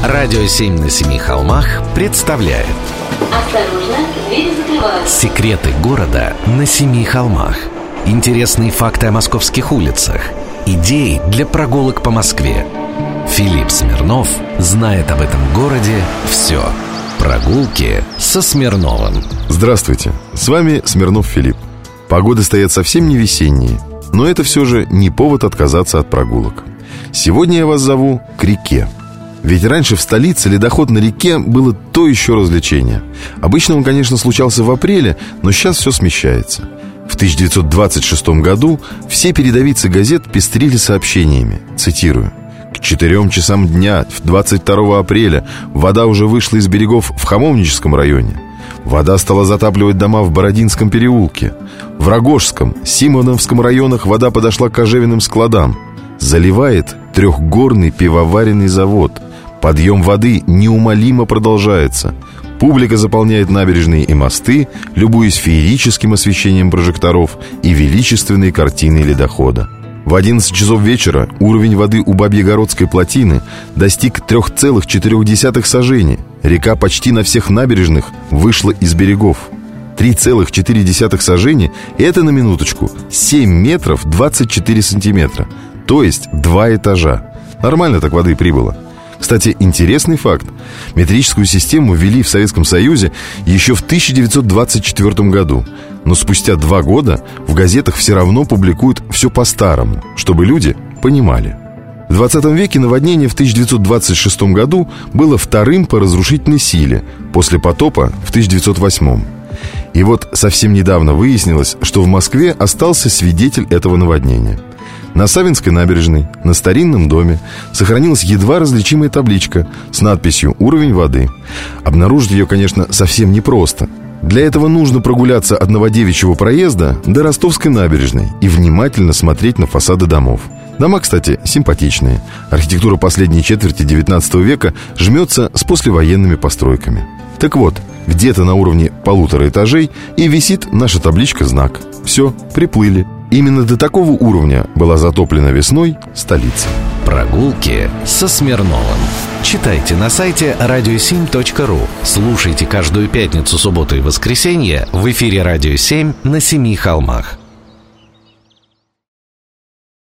Радио 7 на семи холмах представляет Осторожно, двери закрываются. Секреты города на семи холмах. Интересные факты о московских улицах. Идеи для прогулок по Москве. Филипп Смирнов знает об этом городе все. Прогулки со Смирновым. Здравствуйте, с вами Смирнов Филипп. Погоды стоят совсем не весенние, но это все же не повод отказаться от прогулок. Сегодня я вас зову к реке. Ведь раньше в столице ледоход на реке было то еще развлечение. Обычно он, конечно, случался в апреле, но сейчас все смещается. В 1926 году все передовицы газет пестрили сообщениями. Цитирую: «К 4 часам дня 22 апреля вода уже вышла из берегов в Хамовническом районе. Вода стала затапливать дома в Бородинском переулке. В Рогожском, Симоновском районах вода подошла к кожевенным складам. Заливает трехгорный пивоваренный завод. Подъем воды неумолимо продолжается. Публика заполняет набережные и мосты, любуясь феерическим освещением прожекторов и величественной картиной ледохода. В 11 часов вечера уровень воды у Бабьегородской плотины достиг 3,4 сажени. Река почти на всех набережных вышла из берегов. 3,4 сажени – это, на минуточку, 7 метров 24 сантиметра, то есть 2 этажа. Нормально так воды прибыло. Кстати, интересный факт. Метрическую систему ввели в Советском Союзе еще в 1924 году. Но спустя 2 года в газетах все равно публикуют все по-старому, чтобы люди понимали. В 20 веке наводнение в 1926 году было вторым по разрушительной силе после потопа в 1908. И вот совсем недавно выяснилось, что в Москве остался свидетель этого наводнения. На Савинской набережной, на старинном доме, сохранилась едва различимая табличка с надписью «Уровень воды». Обнаружить ее, конечно, совсем непросто. Для этого нужно прогуляться от Новодевичьего проезда до Ростовской набережной и внимательно смотреть на фасады домов. Дома, кстати, симпатичные. Архитектура последней четверти XIX века жмется с послевоенными постройками. Так вот, где-то на уровне 1,5 этажей и висит наша табличка-знак. Все, приплыли. Именно до такого уровня была затоплена весной столица. Прогулки со Смирновым. Читайте на сайте radio7.ru. Слушайте каждую пятницу, субботу и воскресенье в эфире «Радио 7» на семи холмах.